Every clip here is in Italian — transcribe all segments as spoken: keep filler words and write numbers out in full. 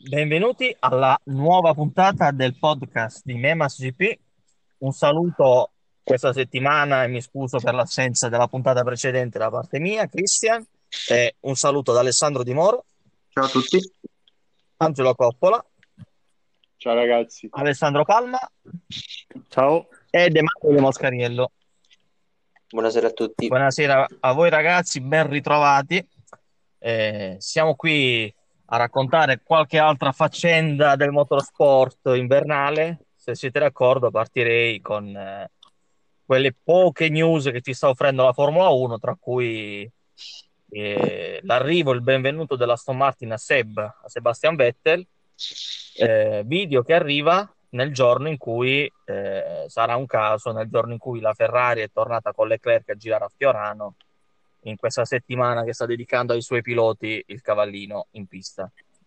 Benvenuti alla nuova puntata del podcast di Memas G P. Un saluto questa settimana e mi scuso per l'assenza della puntata precedente da parte mia, Christian, e un saluto da Alessandro Di Moro, Ciao a tutti. Angelo Coppola, Ciao ragazzi. Alessandro Palma Ciao. ed Emanuele Moscariello. Buonasera a tutti. Buonasera a voi ragazzi, ben ritrovati. Eh, siamo qui a raccontare qualche altra faccenda del motorsport invernale. Se siete d'accordo, partirei con eh, quelle poche news che ci sta offrendo la Formula uno, tra cui eh, l'arrivo, il benvenuto dell'Aston Martin a Seb, a Sebastian Vettel, eh, video che arriva nel giorno in cui eh, sarà un caso, nel giorno in cui la Ferrari è tornata con Leclerc a girare a Fiorano, in questa settimana che sta dedicando ai suoi piloti il cavallino in pista.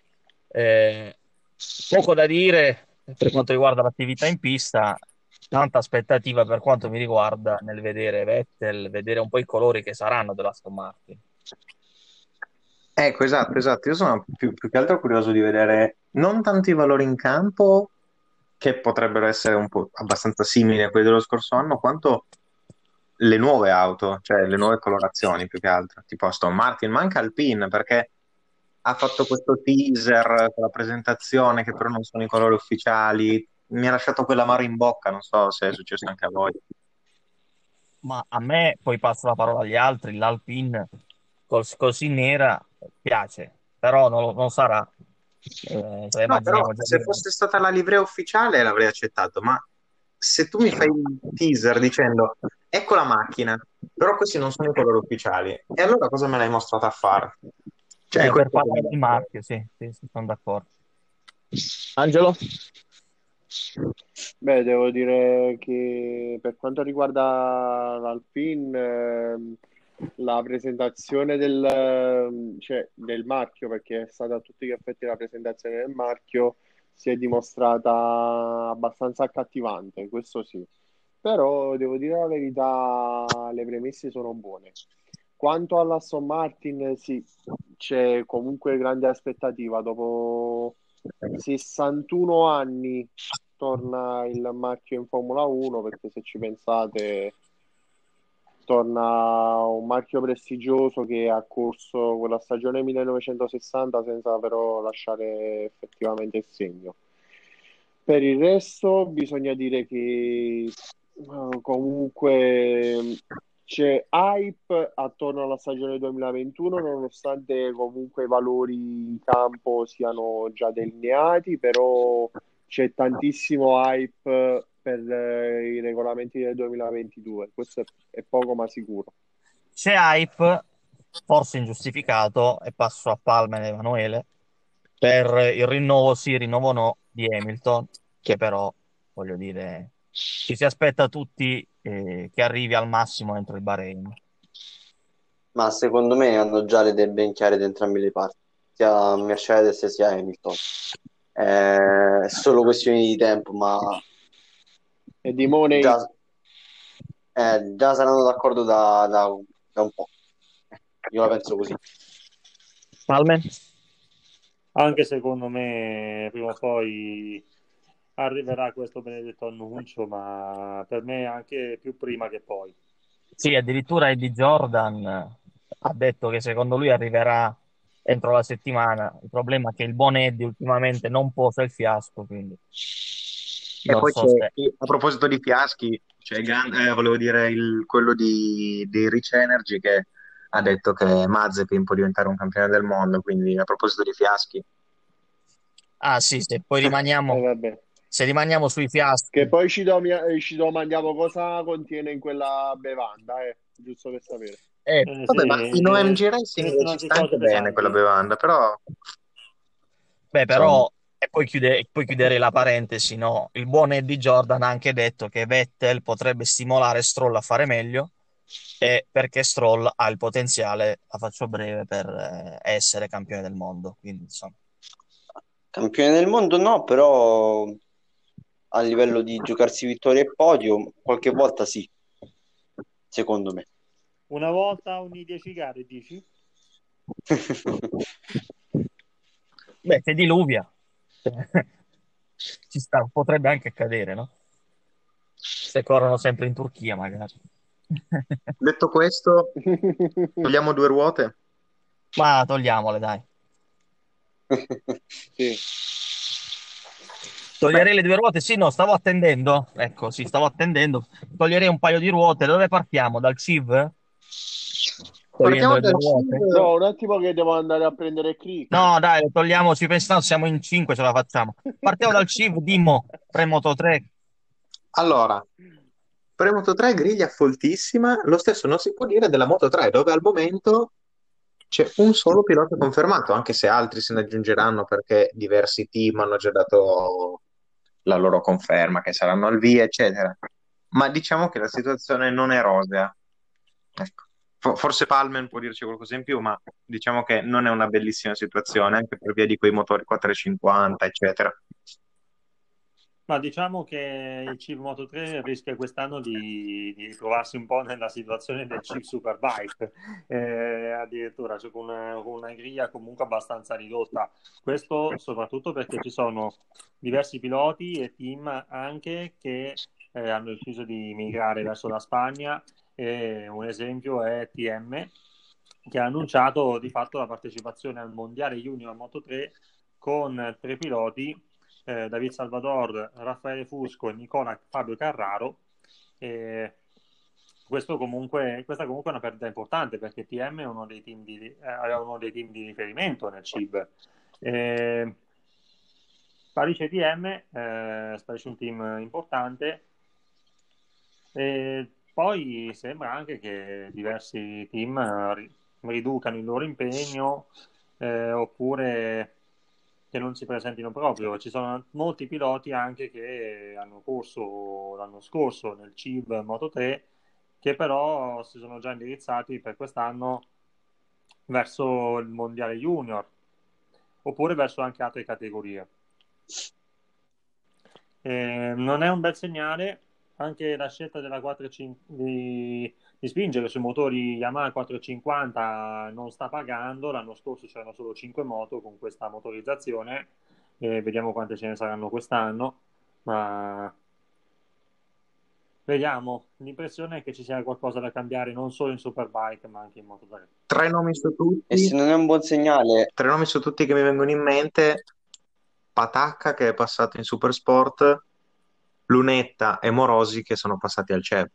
Eh, poco da dire per quanto riguarda l'attività in pista, tanta aspettativa per quanto mi riguarda nel vedere Vettel, vedere un po' i colori che saranno dell'Aston Martin. Ecco, esatto, esatto. Io sono più, più che altro curioso di vedere non tanto i valori in campo, che potrebbero essere un po' abbastanza simili a quelli dello scorso anno, quanto le nuove auto, cioè le nuove colorazioni più che altro, tipo Aston Martin, ma anche Alpine, perché ha fatto questo teaser con la presentazione che però non sono i colori ufficiali. Mi ha lasciato quell'amaro in bocca, non so se è successo anche a voi. Ma a me, poi passo la parola agli altri, l'Alpine cos- così nera piace, però non, non sarà. Eh, se la No, però immaginiamo già se di... fosse stata la livrea ufficiale l'avrei accettato, ma se tu mi fai un teaser dicendo ecco la macchina, però questi non sono i colori ufficiali, e allora cosa me l'hai mostrato a fare? Cioè, è Beh, per questo che parlare mi- del marchio, sì, sì, sì, sono d'accordo. Angelo? Beh, devo dire che per quanto riguarda l'Alpine, ehm, la presentazione del, ehm, cioè, del marchio, perché è stata a tutti gli effetti la presentazione del marchio, si è dimostrata abbastanza accattivante, questo sì. Però devo dire la verità, le premesse sono buone. Quanto all'Aston Martin, sì, c'è comunque grande aspettativa. Dopo sessantuno anni torna il marchio in Formula uno, perché se ci pensate torna un marchio prestigioso che ha corso quella stagione millenovecentosessanta senza però lasciare effettivamente il segno. Per il resto bisogna dire che eh, comunque c'è hype attorno alla stagione duemilaventuno, nonostante comunque i valori in campo siano già delineati, però c'è tantissimo hype per eh, i regolamenti del duemilaventidue. Questo è, è poco ma sicuro. C'è hype, forse ingiustificato, e passo a Palma ed Emanuele, per il rinnovo sì, rinnovo no di Hamilton, che però, voglio dire, ci si aspetta tutti eh, che arrivi al massimo entro il Bahrain. Ma secondo me hanno già le idee ben chiare da entrambe le parti, sia Mercedes sia Hamilton. Eh, È solo questione di tempo, ma E di Money, già, eh, già saranno d'accordo da, da- da un po'. Io la penso così. Palme? Anche secondo me prima o poi arriverà questo benedetto annuncio, ma per me anche più prima che poi. Sì, addirittura Eddie Jordan eh, ha detto che secondo lui arriverà entro la settimana. Il problema è che il buon Eddie ultimamente non posa il fiasco, quindi E non poi so c'è, se... a proposito di fiaschi, c'è Gan- eh, volevo dire il- quello di, di Rich Energy che ha detto che Mazepin può diventare un campione del mondo, quindi a proposito di fiaschi. Ah sì, se poi eh, rimaniamo, vabbè. se rimaniamo sui Che fiaschi, poi ci, domia- eh, ci domandiamo cosa contiene in quella bevanda, eh, giusto per sapere. eh, Eh, sì, Vabbè, ma in O M G eh, Racing ci selezionati sta cose anche bene quella pesanti. bevanda, però beh, insomma. però, e poi, chiude, poi chiuderei la parentesi, no? Il buon Eddie Jordan ha anche detto che Vettel potrebbe stimolare Stroll a fare meglio e perché Stroll ha il potenziale, la faccio breve, per eh, essere campione del mondo. Quindi, insomma, Campione del mondo no, però a livello di giocarsi vittoria e podio, qualche volta sì, secondo me. Una volta ogni dieci gare, dici? beh, se diluvia. Ci sta, potrebbe anche accadere, no? Se corrono sempre in Turchia, magari. Detto questo, togliamo due ruote. Ma togliamole, dai. Sì. Beh, Toglierei le due ruote? Sì, no, stavo attendendo. Ecco, sì, stavo attendendo. Toglierei un paio di ruote. Da dove partiamo? Dal C I V? Togliendo partiamo le due dal ruote? No, C I V. un attimo che devo andare a prendere click. No, dai, le togliamo, ci pensiamo, siamo in cinque, ce la facciamo. Partiamo dal C I V, Dimo, Premoto tre. Allora, per Moto tre griglia foltissima, lo stesso non si può dire della Moto tre, dove al momento c'è un solo pilota confermato, anche se altri se ne aggiungeranno perché diversi team hanno già dato la loro conferma, che saranno al via, eccetera. Ma diciamo che la situazione non è rosea. Ecco. Fo- Forse Palmen può dirci qualcosa in più, ma diciamo che non è una bellissima situazione, anche per via di quei motori quattrocentocinquanta, eccetera. Ma diciamo che il Civ Moto tre rischia quest'anno di, di ritrovarsi un po' nella situazione del Civ Superbike, eh, addirittura cioè con una, con una griglia comunque abbastanza ridotta. Questo soprattutto perché ci sono diversi piloti e team anche che eh, hanno deciso di migrare verso la Spagna. E un esempio è T M, che ha annunciato di fatto la partecipazione al Mondiale Junior Moto tre con tre piloti, eh, David Salvador, Raffaele Fusco e Nicola Fabio Carraro. E questo comunque, questa comunque è una perdita importante perché T M è uno dei team di, eh, aveva uno dei team di riferimento nel C I B. Eh, Sparisce T M, eh, sparisce un team importante. E poi sembra anche che diversi team eh, ri- riducano il loro impegno, eh, oppure che non si presentino proprio. Ci sono molti piloti anche che hanno corso l'anno scorso nel C I V Moto tre, che però si sono già indirizzati per quest'anno verso il Mondiale Junior, oppure verso anche altre categorie. Eh, non è un bel segnale anche la scelta della quattrocentocinquanta di, di spingere sui motori Yamaha quattrocentocinquanta non sta pagando. L'anno scorso c'erano solo cinque moto con questa motorizzazione, e vediamo quante ce ne saranno quest'anno, ma vediamo. L'impressione è che ci sia qualcosa da cambiare non solo in Superbike ma anche in Moto tre. Tre nomi su E se tutti, non è un buon segnale, tre nomi su tutti che mi vengono in mente, Patacca che è passato in Supersport, Lunetta e Morosi che sono passati al C E V.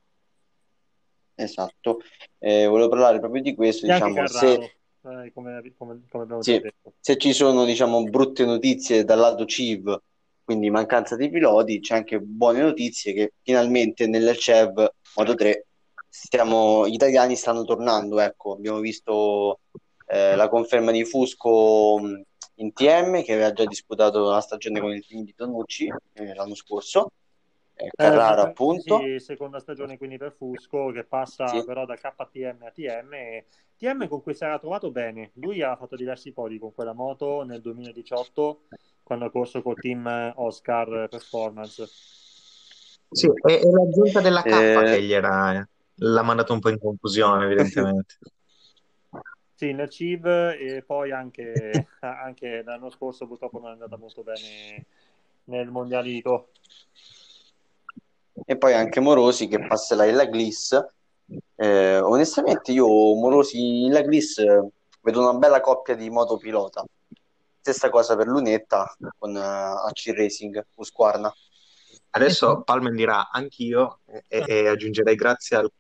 esatto, eh, volevo parlare proprio di questo, E anche diciamo, se, Carraro, eh, come, come- come abbiamo già sì, detto. se ci sono, diciamo, brutte notizie dal lato C I V, quindi mancanza di piloti, c'è anche buone notizie che finalmente nel C E V Moto tre stiamo, gli italiani stanno tornando, ecco, abbiamo visto eh, la conferma di Fusco mh, in T M che aveva già disputato la stagione con il team di Tonucci eh, l'anno scorso, eh, Eh, Carrara esatto, sì, appunto, sì, seconda stagione quindi per Fusco che passa sì. però da K T M a T M. E T M con cui si era trovato bene. Lui ha fatto diversi podi con quella moto nel duemiladiciotto quando ha corso col team Oscar Performance. Sì, è, è l'aggiunta della K Eh, che gli era, l'ha mandato un po' in confusione, evidentemente. Sì, nel C I V e poi anche, anche l'anno scorso purtroppo non è andata molto bene nel mondialito. e poi anche Morosi che passerà in la Gliss. Eh, onestamente io Morosi in la Gliss eh, vedo una bella coppia di motopilota. Stessa cosa per Lunetta con uh, A C Racing Husqvarna. Adesso Palmen dirà anch'io e, e aggiungerei grazie al...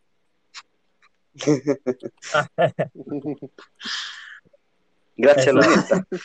Grazie a Esatto. Lunetta.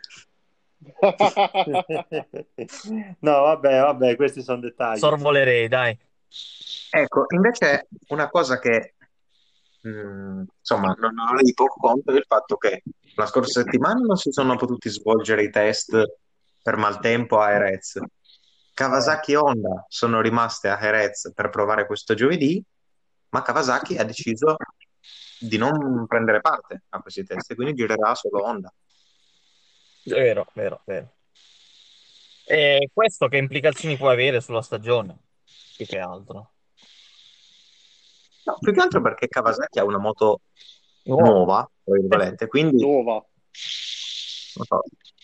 No, vabbè, vabbè, questi sono dettagli. Sorvolerei, dai. Ecco, invece una cosa che mh, insomma non non è di poco conto è il fatto che la scorsa settimana non si sono potuti svolgere i test per maltempo a Jerez. Kawasaki e Honda sono rimaste a Jerez per provare questo giovedì, ma Kawasaki ha deciso di non prendere parte a questi test e quindi girerà solo Honda. Vero, vero, vero. E questo che implicazioni può avere sulla stagione? Più che altro. No, più che altro perché Kawasaki ha una moto Nuovo. nuova, tra Eh, virgolette, quindi Nuova. non so,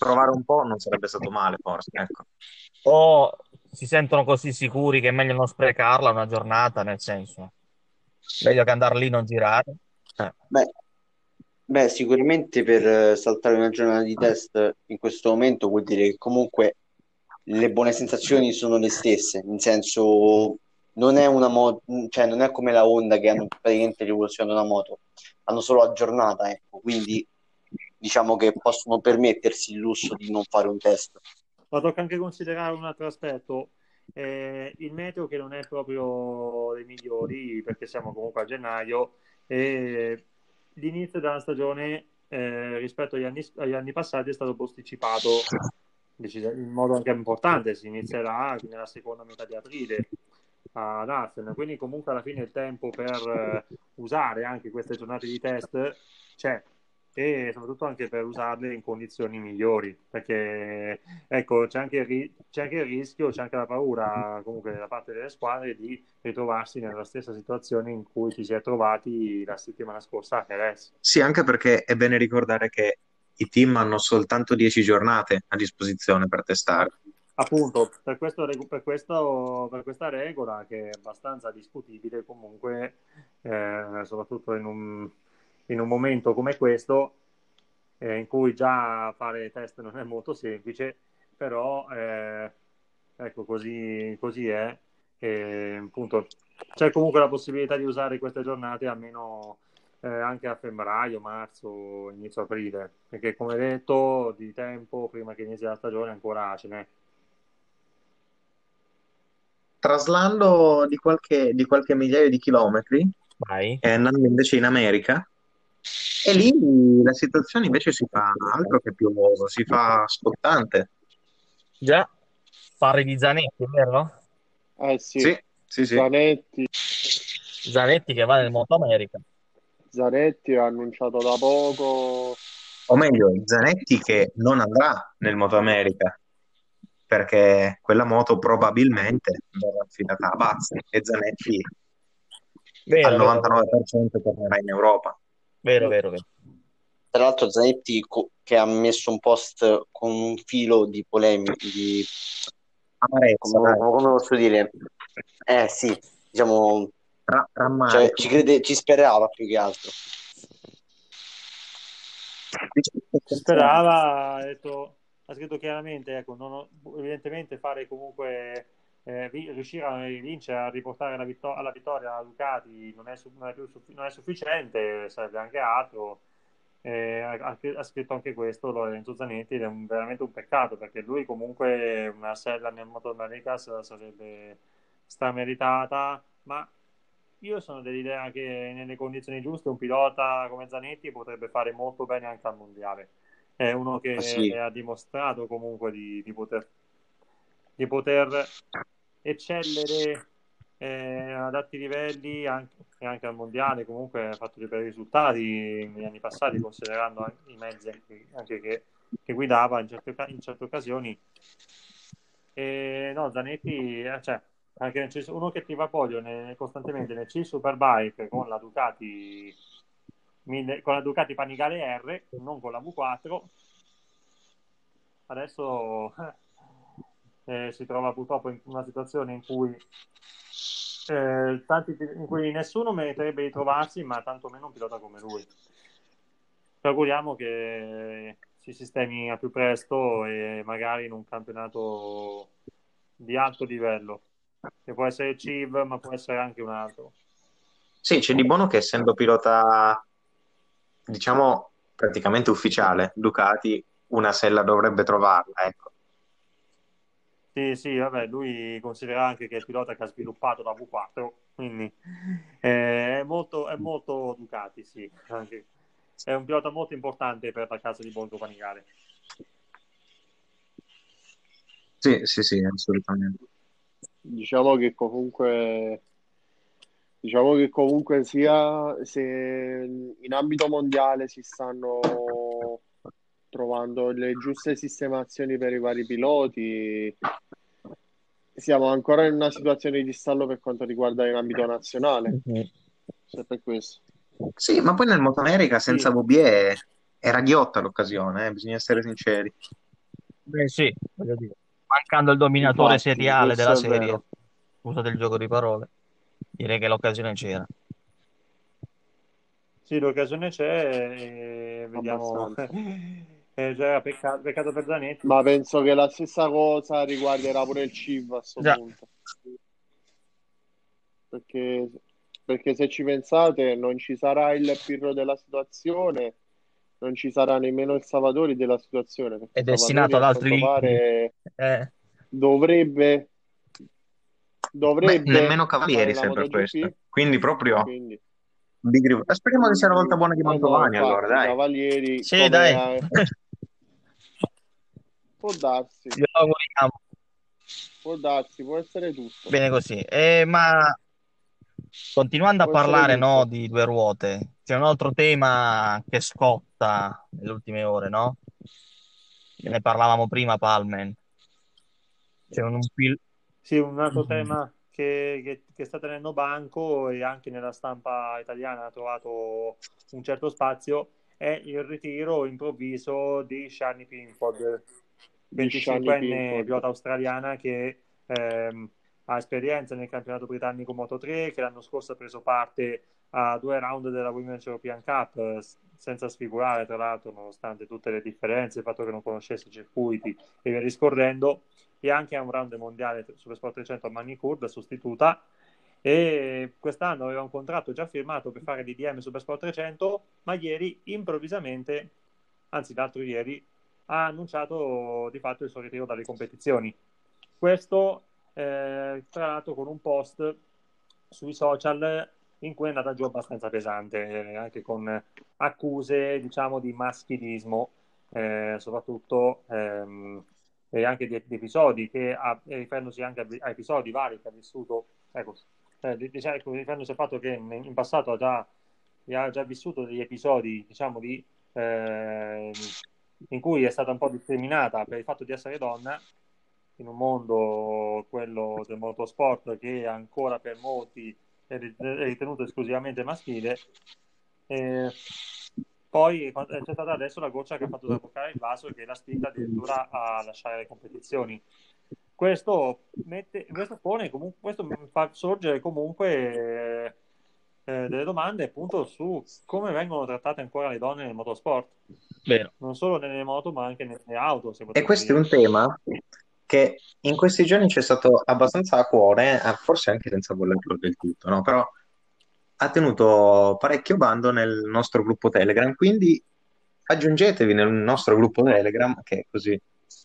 provare un po' non sarebbe stato male, forse, ecco. O si sentono così sicuri che è meglio non sprecarla una giornata, nel senso, meglio che andare lì e non girare. Eh, Beh, beh, sicuramente per eh, saltare una giornata di test in questo momento vuol dire che comunque le buone sensazioni sono le stesse, nel senso non è una moto, cioè non è come la Honda che hanno praticamente rivoluzionato la moto, hanno solo aggiornata, ecco, quindi diciamo che possono permettersi il lusso di non fare un test. Ma tocca anche considerare un altro aspetto, eh, il meteo che non è proprio dei migliori perché siamo comunque a gennaio e l'inizio della stagione eh, rispetto agli anni, agli anni passati è stato posticipato decisa- in modo anche importante, si inizierà nella seconda metà di aprile ad Assen, quindi comunque alla fine il tempo per eh, usare anche queste giornate di test c'è e soprattutto anche per usarle in condizioni migliori, perché ecco c'è anche il, ri- c'è anche il rischio, c'è anche la paura comunque da parte delle squadre di ritrovarsi nella stessa situazione in cui ci si è trovati la settimana scorsa a Jerez. Sì, anche perché è bene ricordare che i team hanno soltanto dieci giornate a disposizione per testare. Appunto, per, questo, per, questo, per questa regola che è abbastanza discutibile comunque, eh, soprattutto in un, in un momento come questo, eh, in cui già fare test non è molto semplice, però eh, ecco così, così è. E, appunto, c'è comunque la possibilità di usare queste giornate almeno eh, anche a febbraio, marzo, inizio aprile, perché come detto di tempo prima che inizi la stagione ancora ce n'è. Traslando di qualche, di qualche migliaio di chilometri vai. e andando invece in America, e lì la situazione invece si fa altro che piovosa, si fa scottante. Già, parli di Zanetti, vero? Eh sì, Sì, sì, sì. Zanetti, Zanetti che va nel Moto America. Zanetti ha annunciato da poco. O meglio, Zanetti che non andrà nel Moto America, perché quella moto probabilmente verrà affidata a Bazzi e Zanetti al Vero, vero, vero, novantanove per cento tornerà in Europa. vero, vero, vero. Tra l'altro Zanetti co- che ha messo un post con un filo di polemica, di Amarezza, come, dai, come posso dire? Eh sì, diciamo, Ra- cioè, rammarico. ci crede, ci sperava più che altro. Diciamo che Si senza- sperava, ha detto, ha scritto chiaramente, ecco, non ho- evidentemente fare comunque, eh, vi- riuscire a vincere, a riportare la vitto- alla vittoria la Ducati non è, su- non è più suffi- non è sufficiente, serve anche altro. Eh, ha, ha scritto anche questo Lorenzo Zanetti ed è un- veramente un peccato perché lui comunque una sella nel Moto Americas sarebbe strameritata, ma io sono dell'idea che nelle condizioni giuste un pilota come Zanetti potrebbe fare molto bene anche al mondiale. È uno Ma che sì, ha dimostrato comunque di, di poter, di poter eccellere eh, ad alti livelli anche, e anche al mondiale. Comunque ha fatto dei bei risultati negli anni passati, considerando anche i mezzi anche, anche che, che guidava in certe, in certe occasioni. E, no, Zanetti, eh, cioè, anche nel C- uno che ti va podio nel- costantemente nel C Superbike con la Ducati, mille- con la Ducati Panigale R, non con la V quattro, adesso eh, si trova purtroppo in una situazione in cui, eh, tanti, in cui nessuno meriterebbe di trovarsi, ma tantomeno un pilota come lui. Ci auguriamo che si sistemi a più presto e magari in un campionato di alto livello, che può essere il C I V, ma può essere anche un altro. Sì, c'è di buono che essendo pilota, diciamo, praticamente ufficiale, Ducati una sella dovrebbe trovarla, ecco. Sì, sì, vabbè, lui considera anche che è il pilota che ha sviluppato la V quattro, quindi eh, è molto, è molto Ducati, sì, anche. È un pilota molto importante per la casa di Borgo Panigale. Sì, sì, sì, assolutamente. Diciamo che comunque, diciamo che comunque sia se in ambito mondiale si stanno trovando le giuste sistemazioni per i vari piloti, siamo ancora in una situazione di stallo per quanto riguarda in ambito nazionale. Mhm. Se per questo. Sì, ma poi nel Moto America Sì, senza V B E era ghiotta l'occasione, eh, bisogna essere sinceri. Beh, sì, voglio dire, mancando il dominatore Infatti, seriale della questo è serie, vero. scusa del gioco di parole, direi che l'occasione c'era. Sì, l'occasione c'è e vediamo. Abbastanza. Eh, cioè, peccato, peccato per Zanetti. Ma penso che la stessa cosa riguarderà pure il C I V a sto Già, punto. Perché, perché se ci pensate, non ci sarà il Pirro della situazione, non ci sarà nemmeno il Salvatori della situazione, è perché destinato Salvatori ad a altri quanto limiti. pare Eh, dovrebbe, Beh, dovrebbe nemmeno fare Cavalieri la sei per MotoGP, questo. Quindi proprio quindi Big Riv- eh, Speriamo che sia una volta buona di eh no, Mantovani, allora, infatti, i dai. Cavalieri, sì, come dai, eh, può darsi, glielo auguriamo. può darsi, può essere tutto, Bene così. Eh, ma continuando a può essere parlare, no, tutto. di due ruote, c'è un altro tema che scotta nelle ultime ore, no? Ne parlavamo prima, Palmen. C'è un, un pil- Sì, un altro Mhm. tema che, che- che sta tenendo banco e anche nella stampa italiana ha trovato un certo spazio è il ritiro improvviso di Shani Pinford, Di Shani venticinquenne Pinford. pilota australiana che ehm, ha esperienza nel campionato britannico Moto tre, che l'anno scorso ha preso parte a due round della Women's European Cup, eh, senza sfigurare tra l'altro, nonostante tutte le differenze, il fatto che non conoscesse i circuiti e via discorrendo, e anche a un round mondiale Super Sport trecento a Manicur da sostituta, e quest'anno aveva un contratto già firmato per fare l'I D M Super Sport trecento, ma ieri improvvisamente, anzi l'altro ieri, ha annunciato di fatto il suo ritiro dalle competizioni. Questo eh, tra l'altro con un post sui social in cui è andata giù abbastanza pesante, eh, anche con accuse, diciamo, di maschilismo, eh, soprattutto ehm, e anche di, di episodi che ha, riferendosi anche a, a episodi vari che ha vissuto, ecco, eh, diciamo, ecco, riferendosi al fatto che in, in passato ha già, ha già vissuto degli episodi, diciamo, di, eh, in cui è stata un po' discriminata per il fatto di essere donna in un mondo, quello del motorsport, che ancora per molti è ritenuto esclusivamente maschile. E poi c'è stata adesso la goccia che ha fatto traboccare il vaso, che l'ha spinta addirittura a lasciare le competizioni. Questo, mette, questo pone comunque, questo fa sorgere comunque eh, delle domande appunto su come vengono trattate ancora le donne nel motorsport, Vero. non solo nelle moto ma anche nelle auto, se E potremmo questo è dire. un tema che in questi giorni ci è stato abbastanza a cuore, eh, forse anche senza volerlo del tutto, no? Però ha tenuto parecchio bando nel nostro gruppo Telegram, quindi aggiungetevi nel nostro gruppo Telegram, che così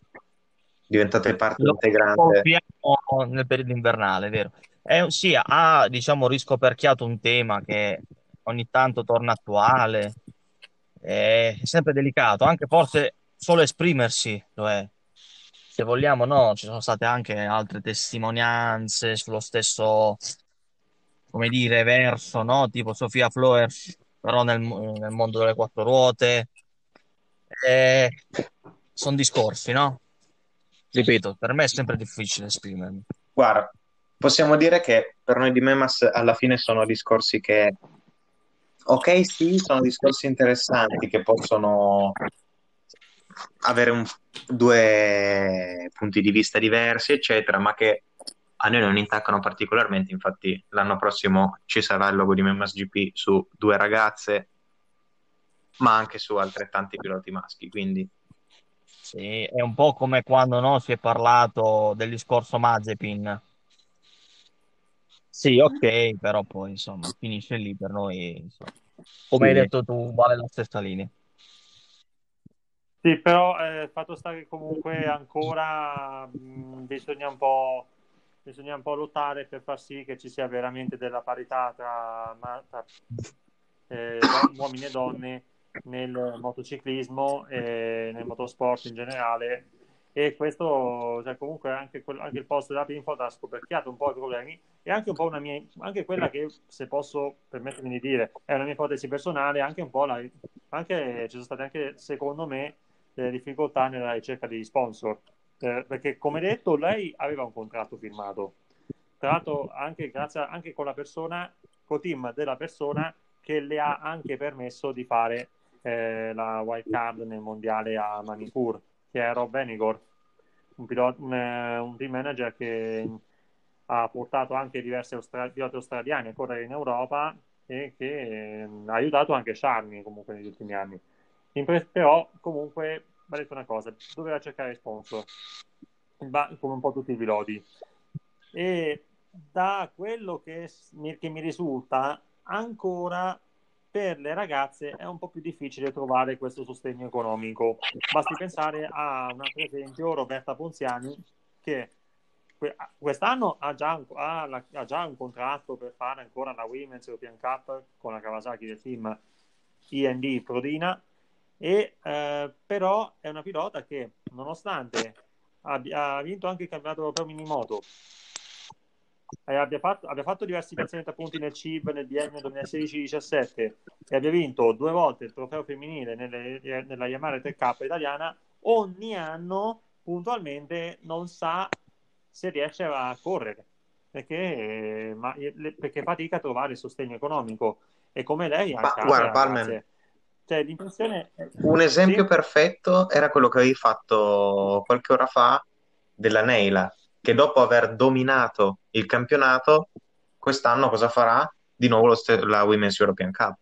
diventate parte Lo integrante. colpiamo nel periodo invernale, vero? Eh, sì, ha, diciamo, riscoperchiato un tema che ogni tanto torna attuale, è sempre delicato, anche forse solo esprimersi lo è. Se vogliamo, no, ci sono state anche altre testimonianze sullo stesso, come dire, verso, no? Tipo Sofia Flores, però nel, nel mondo delle quattro ruote. Sono discorsi, no? Ripeto, per me è sempre difficile esprimermi. Guarda, possiamo dire che per noi di Memas alla fine sono discorsi che, ok, sì, sono discorsi interessanti che possono avere un- due punti di vista diversi, eccetera, ma che a noi non intaccano particolarmente. Infatti, l'anno prossimo ci sarà il logo di Memas G P su due ragazze, ma anche su altrettanti piloti maschi. Quindi, Sì, è un po' come quando no, si è parlato del discorso Mazepin. Sì, ok, però poi insomma finisce lì per noi. Insomma. Come hai sì. detto tu, vale la stessa linea. Sì, però eh, fatto sta che comunque ancora mh, bisogna un po', bisogna un po' lottare per far sì che ci sia veramente della parità tra, ma- tra, eh, don- uomini e donne nel motociclismo e nel motorsport in generale. E questo, cioè, comunque anche, quel- anche il post della Pinford ha scoperchiato un po' i problemi e anche un po' una mia, anche quella che, se posso permettermi di dire, è una mia ipotesi personale, anche un po' la, anche, ci sono state anche, secondo me, delle difficoltà nella ricerca degli sponsor. Eh, perché, come detto, lei aveva un contratto firmato, tra l'altro anche, grazie a- anche con la persona, con team della persona che le ha anche permesso di fare eh, la wild card nel mondiale a Manipur, che è Rob Benigor. un, pilota, un, eh, un team manager che ha portato anche diversi austra- piloti australiani a correre in Europa e che eh, ha aiutato anche Charmy comunque negli ultimi anni. In pre- però comunque mi ha detto una cosa, doveva cercare sponsor, come un po' tutti i piloti. E da quello che mi, che mi risulta, ancora per le ragazze è un po' più difficile trovare questo sostegno economico. Basti pensare a un altro esempio, Roberta Ponziani, che quest'anno ha già, un, ha, la, ha già un contratto per fare ancora la Women's European Cup con la Kawasaki del team I N D Prodina, e eh, però è una pilota che nonostante abbia, ha vinto anche il campionato europeo minimoto, eh, abbia, fatto, abbia fatto diversi piazzamenti a punti nel C I V nel biennio duemilasedici diciassette e abbia vinto due volte il trofeo femminile nelle, nella Yamaha tre K italiana, ogni anno puntualmente non sa se riesce a correre perché, ma, perché fatica a trovare il sostegno economico, e come lei Ma anche altre guarda, Palmer, ragazze, cioè l'impressione è... un esempio Sì? perfetto era quello che avevi fatto qualche ora fa della Neila, che dopo aver dominato il campionato, quest'anno cosa farà? Di nuovo lo st- la Women's European Cup.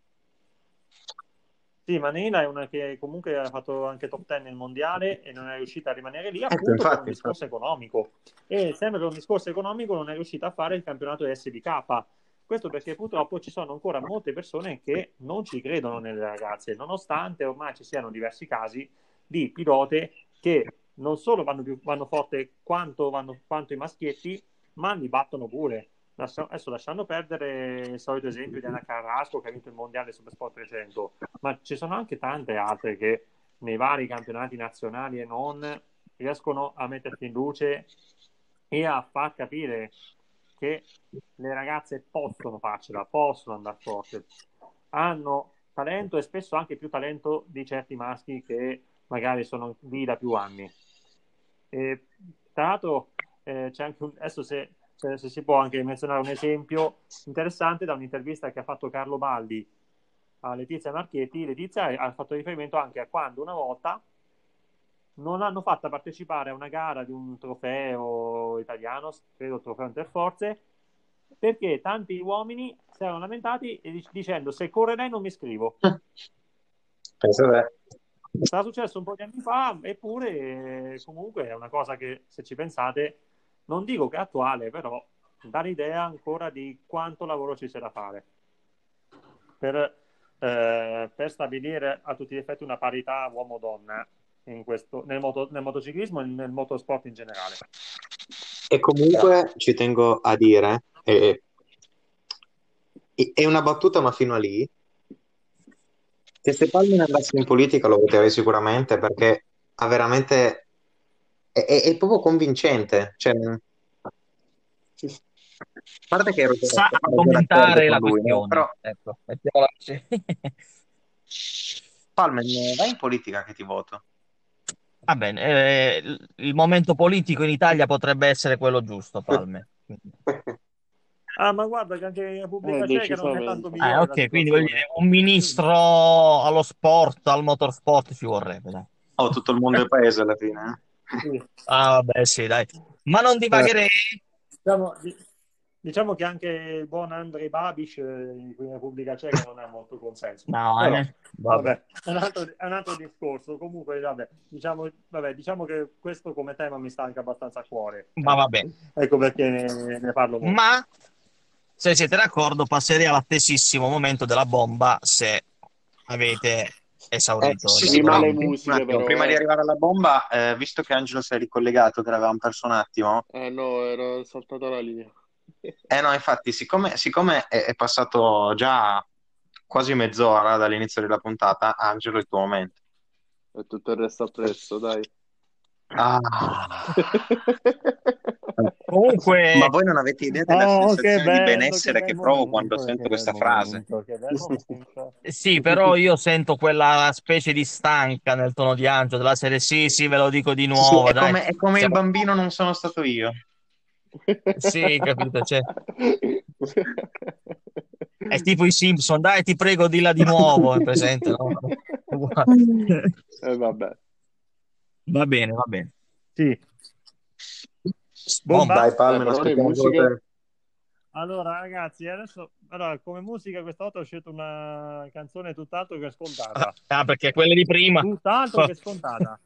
Sì, ma Neila è una che comunque ha fatto anche top dieci nel mondiale e non è riuscita a rimanere lì, Ecco, appunto per un infatti, discorso infatti. economico. E sempre per un discorso economico non è riuscita a fare il campionato S D K. Questo perché purtroppo ci sono ancora molte persone che non ci credono nelle ragazze, nonostante ormai ci siano diversi casi di pilote che non solo vanno, più, vanno forte quanto, vanno, quanto i maschietti, ma li battono pure. Adesso lasciando perdere il solito esempio di Anna Carrasco che ha vinto il mondiale Supersport trecento, ma ci sono anche tante altre che nei vari campionati nazionali e non riescono a mettersi in luce e a far capire che le ragazze possono farcela, possono andare forte, hanno talento e spesso anche più talento di certi maschi che magari sono lì da più anni. E, tra l'altro eh, c'è anche un, adesso se, se, se si può anche menzionare un esempio interessante da un'intervista che ha fatto Carlo Baldi a Letizia Marchetti. Letizia ha fatto riferimento anche a quando una volta non l'hanno fatta partecipare a una gara di un trofeo italiano, credo trofeo Interforze, perché tanti uomini si erano lamentati dicendo se corre lei non mi iscrivo. Penso che... Sarà successo un po' di anni fa, eppure comunque è una cosa che, se ci pensate, non dico che è attuale, però dà l'idea ancora di quanto lavoro ci sia da fare per, eh, per stabilire a tutti gli effetti una parità uomo-donna in questo, nel, moto, nel motociclismo e nel motorsport in generale. E comunque ci tengo a dire, eh, è una battuta ma fino a lì, che se Palmer andasse in politica lo voterei sicuramente perché ha veramente è, è- è proprio convincente, cioè, a parte che ero già Sa ero già d'accordo argomentare con la lui, no? questione, Però ecco, mettiamola così. Palmer, vai in politica che ti voto. Va bene, eh, il il momento politico in Italia potrebbe essere quello giusto, Palme. Ah, ma guarda che anche in Eh, Repubblica Ceca non è tanto decisamente. Ah, migliore la ok, quindi voglio situazione. dire, un ministro allo sport, al motorsport ci vorrebbe, dai. Oh, tutto il mondo è paese alla fine. Sì. Ah, vabbè, sì, dai. Ma non Eh. divagherei. Diciamo, diciamo che anche il buon Andrej Babiš eh, qui in Repubblica Ceca non ha molto consenso. No, Però, eh, vabbè. vabbè, è un altro, è un altro discorso. Comunque, vabbè, diciamo, vabbè, diciamo che questo come tema mi sta anche abbastanza a cuore. Ma Ecco, vabbè. ecco perché ne, ne parlo molto. Ma se siete d'accordo, passerei all'attesissimo momento della bomba se avete Eh, esaurito sì, gli sì, però Prima le argomenti. un musiche attimo, però, prima di eh. arrivare alla bomba, eh, visto che Angelo si è ricollegato, che l'avevamo perso un attimo, Eh no, ero saltata la linea. eh no, infatti, siccome, siccome è, è passato già quasi mezz'ora dall'inizio della puntata, Angelo, il tuo momento. E tutto il resto appresso, dai. Ah. Comunque, Ma voi non avete idea della Oh, che sensazione di bello, che benessere bel che provo quando momento, che sento bel questa frase. momento, che bel momento. sì, però io sento quella specie di stanca nel tono di Angelo, della serie sì, sì, ve lo dico di Sì, sì, nuovo, è dai. come, è come il Siamo... bambino non sono stato io. Sì, capito, cioè... È tipo i Simpson, dai, ti prego, dilla di nuovo, è presente, no? Eh, vabbè. Va bene, va bene. Sì, Bomba. Dai, bomba. Palmen, Eh, però le aspettiamo solo musiche... te. Allora, ragazzi, adesso allora, come musica questa volta ho scelto una canzone tutt'altro che Ah, scontata. ah, perché quelle di prima. Tutt'altro che scontata.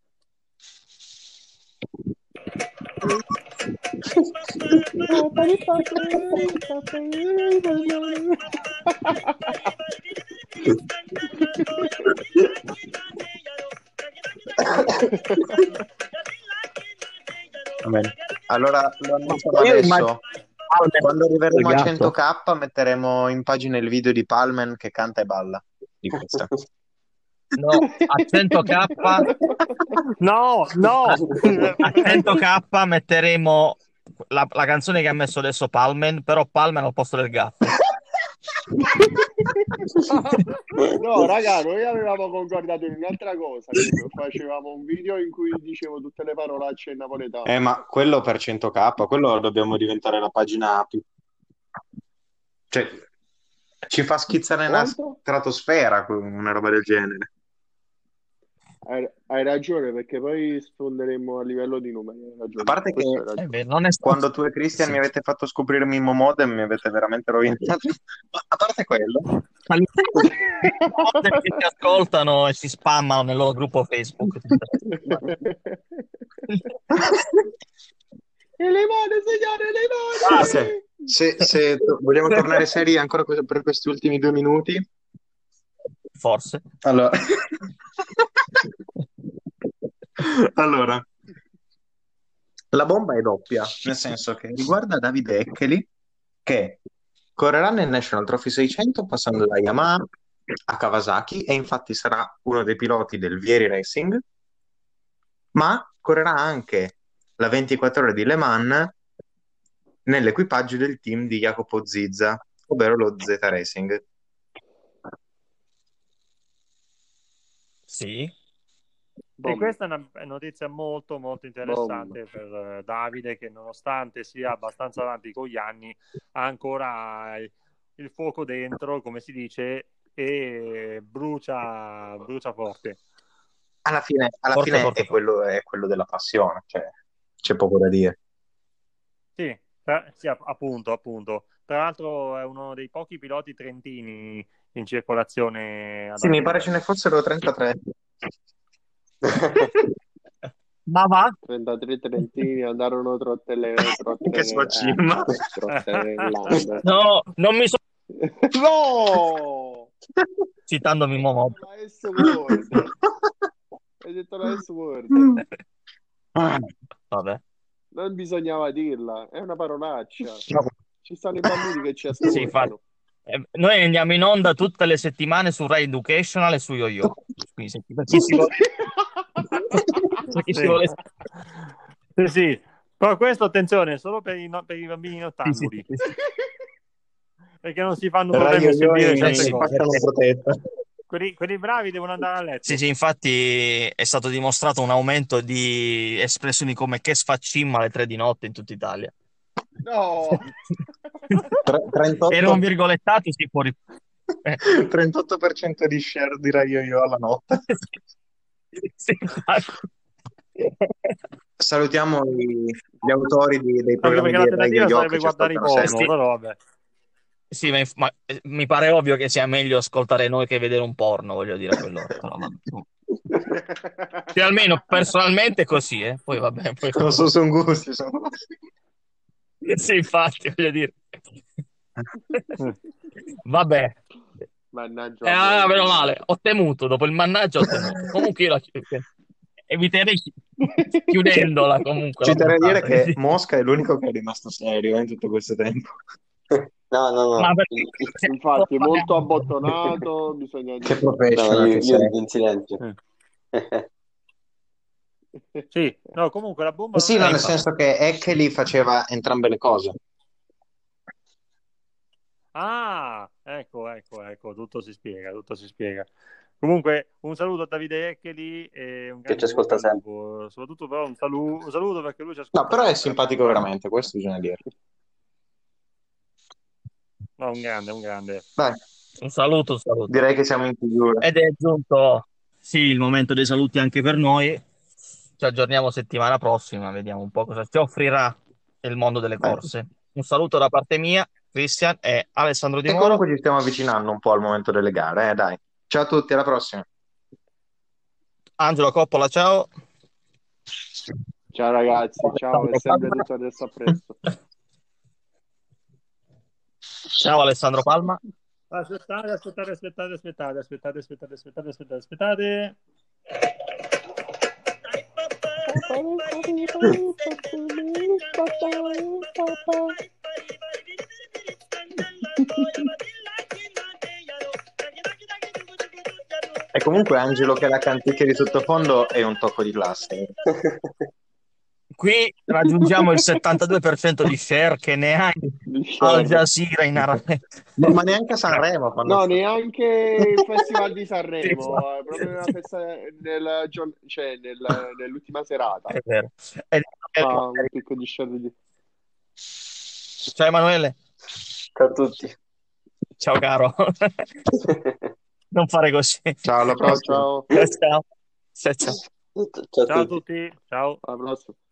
Va bene. Allora lo Ma annunciamo io immagino adesso. Palmer Quando il arriveremo a gatto. cento k metteremo in pagina il video di Palmen che canta e balla di questa. No, a cento k No, no. a, a cento k metteremo la, la canzone che ha messo adesso Palmen, però Palmen al posto del gatto. No, raga, noi avevamo concordato in un'altra cosa, che facevamo un video in cui dicevo tutte le parolacce in napoletano. Eh, ma quello per cento k, quello dobbiamo diventare la pagina A P I. Cioè, ci fa schizzare nella Quanto? stratosfera una roba del genere. Hai, hai ragione, perché poi sfonderemo a livello di numeri. Hai A ragione. parte Questo hai che È ragione. vero, non è stato... quando tu e Christian Sì. mi avete fatto scoprire Mimmo Modem mi avete veramente rovinato. Ma a parte quello, Ma le cose che si ascoltano e si spammano nel loro gruppo Facebook. E le mani, signore, le Ah, mani! sì. se, se to- vogliamo tornare seri ancora que- per questi ultimi due minuti, Forse. allora, allora, la bomba è doppia, nel senso che riguarda Davide Eccoli, che correrà nel National Trophy seicento passando da Yamaha a Kawasaki e infatti sarà uno dei piloti del Vieri Racing, ma correrà anche la ventiquattro ore di Le Mans nell'equipaggio del team di Jacopo Zizza, ovvero lo Z Racing. Sì. E Bomba. questa è una è una notizia molto molto interessante per eh, Davide, che nonostante sia abbastanza avanti con gli anni ha ancora il, il fuoco dentro, come si dice, e brucia, brucia forte. Alla fine, alla Forte, fine forte, è quello, è quello della passione, cioè c'è poco da dire. Sì, tra- sì, app- appunto, appunto. Tra l'altro è uno dei pochi piloti trentini in circolazione ad Sì, mi alto pare ce livello. ne fossero trentatré. Ma va? trentatré trentini andarono trottele, Che trottele, sua eh, cima. trottellando. No, non mi sono No! citando Mimmo Mob. La S word. Hai detto la S word. Vabbè. Non bisognava dirla, è una parolaccia. No. Ci stanno i bambini che ci Sì, infatti. ascoltano. Eh, Noi andiamo in onda tutte le settimane su Rai Educational e su Yo-Yo. Quindi se per chi si vuole... per chi si Sì. vuole... Sì, sì. Però questo, attenzione, solo per i, no- per i bambini Sì, sì, nottambuli, sì, sì. perché non si fanno Rai problemi a Yo-Yo sentire in, certe sì, in cose. fascia non protetta. Quelli, quelli bravi devono andare a letto. Sì, sì, infatti è stato dimostrato un aumento di espressioni come che sfaccimma alle tre di notte in tutta Italia. No! Tre- trentotto Era un virgolettato, sì, fuori. Eh. trentotto per cento di share di Rai Yo-Yo alla notte. Sì, infatti. Salutiamo i- gli autori di- dei Anche programmi perché di Rai l'alternativa Yo-Yo sarebbe che ci guardare i ascoltano porno, sempre. Sì. però vabbè. Sì, ma, inf- ma, eh, mi pare ovvio che sia meglio ascoltare noi che vedere un porno, voglio dire, a quell'ora. Però vabbè. Sì, almeno personalmente è così, eh. Poi vabbè, poi... Non so, sono gusti. Sono gusti. Sì, infatti, voglio dire. Vabbè. Mannaggia. Eh, la ah, meno boia. male, ho temuto, dopo il mannaggia ho temuto. Comunque io la eviterei chi- chiudendola comunque Ci la terrei a dire puntata, che così. Mosca è l'unico che è rimasto serio eh, in tutto questo tempo. No, no, Ma no. perché se- Infatti, molto abbottonato, bisogna Che dire. No, professional io, che io sei. in silenzio. Sì, no, comunque la bomba Eh non sì, è no, Eh, nel infatti. senso che Eckheli faceva entrambe le cose. Ah, ecco, ecco, ecco, tutto si spiega, tutto si spiega. Comunque, un saluto a Davide Eccheli e un Che ci grande in bocca ascolta al sempre. lupo. Soprattutto però un saluto, un saluto perché lui ci No, ascolta però è sempre. simpatico veramente, questo bisogna dire. No, un grande, un grande. Dai, Un saluto, un saluto. direi che siamo in chiusura. Ed è giunto, sì, il momento dei saluti anche per noi. ci aggiorniamo settimana prossima, vediamo un po' cosa ci offrirà il mondo delle Beh, corse. Un saluto da parte mia, Cristian e Alessandro Di e Moro. comunque ci stiamo avvicinando un po' al momento delle gare, eh, dai. Ciao a tutti, alla prossima. Angelo Coppola, ciao. Ciao ragazzi, ciao e Alessandro sempre Palma. tutto adesso a presto. Ciao Alessandro Palma. Aspettate, aspettate, aspettate, aspettate, aspettate, aspettate, aspettate, aspettate, aspettate. E comunque Angelo che la canticchia di sottofondo è un tocco di classe. Qui raggiungiamo il settantadue per cento di share che neanche Al Jazeera in Arabia. Ma, ma neanche a Sanremo fanno No, sta- neanche il Festival di Sanremo, è proprio una festa nel giorno- cioè nel- nell'ultima serata. È vero. Ed- Fa un picco di share di... Ciao Emanuele. Ciao a tutti. Ciao caro. Non fare così. Ciao, alla Ciao, prossima. ciao, Ciao. Ciao, ciao. Ciao a Ciao a tutti. tutti, ciao. alla prossima.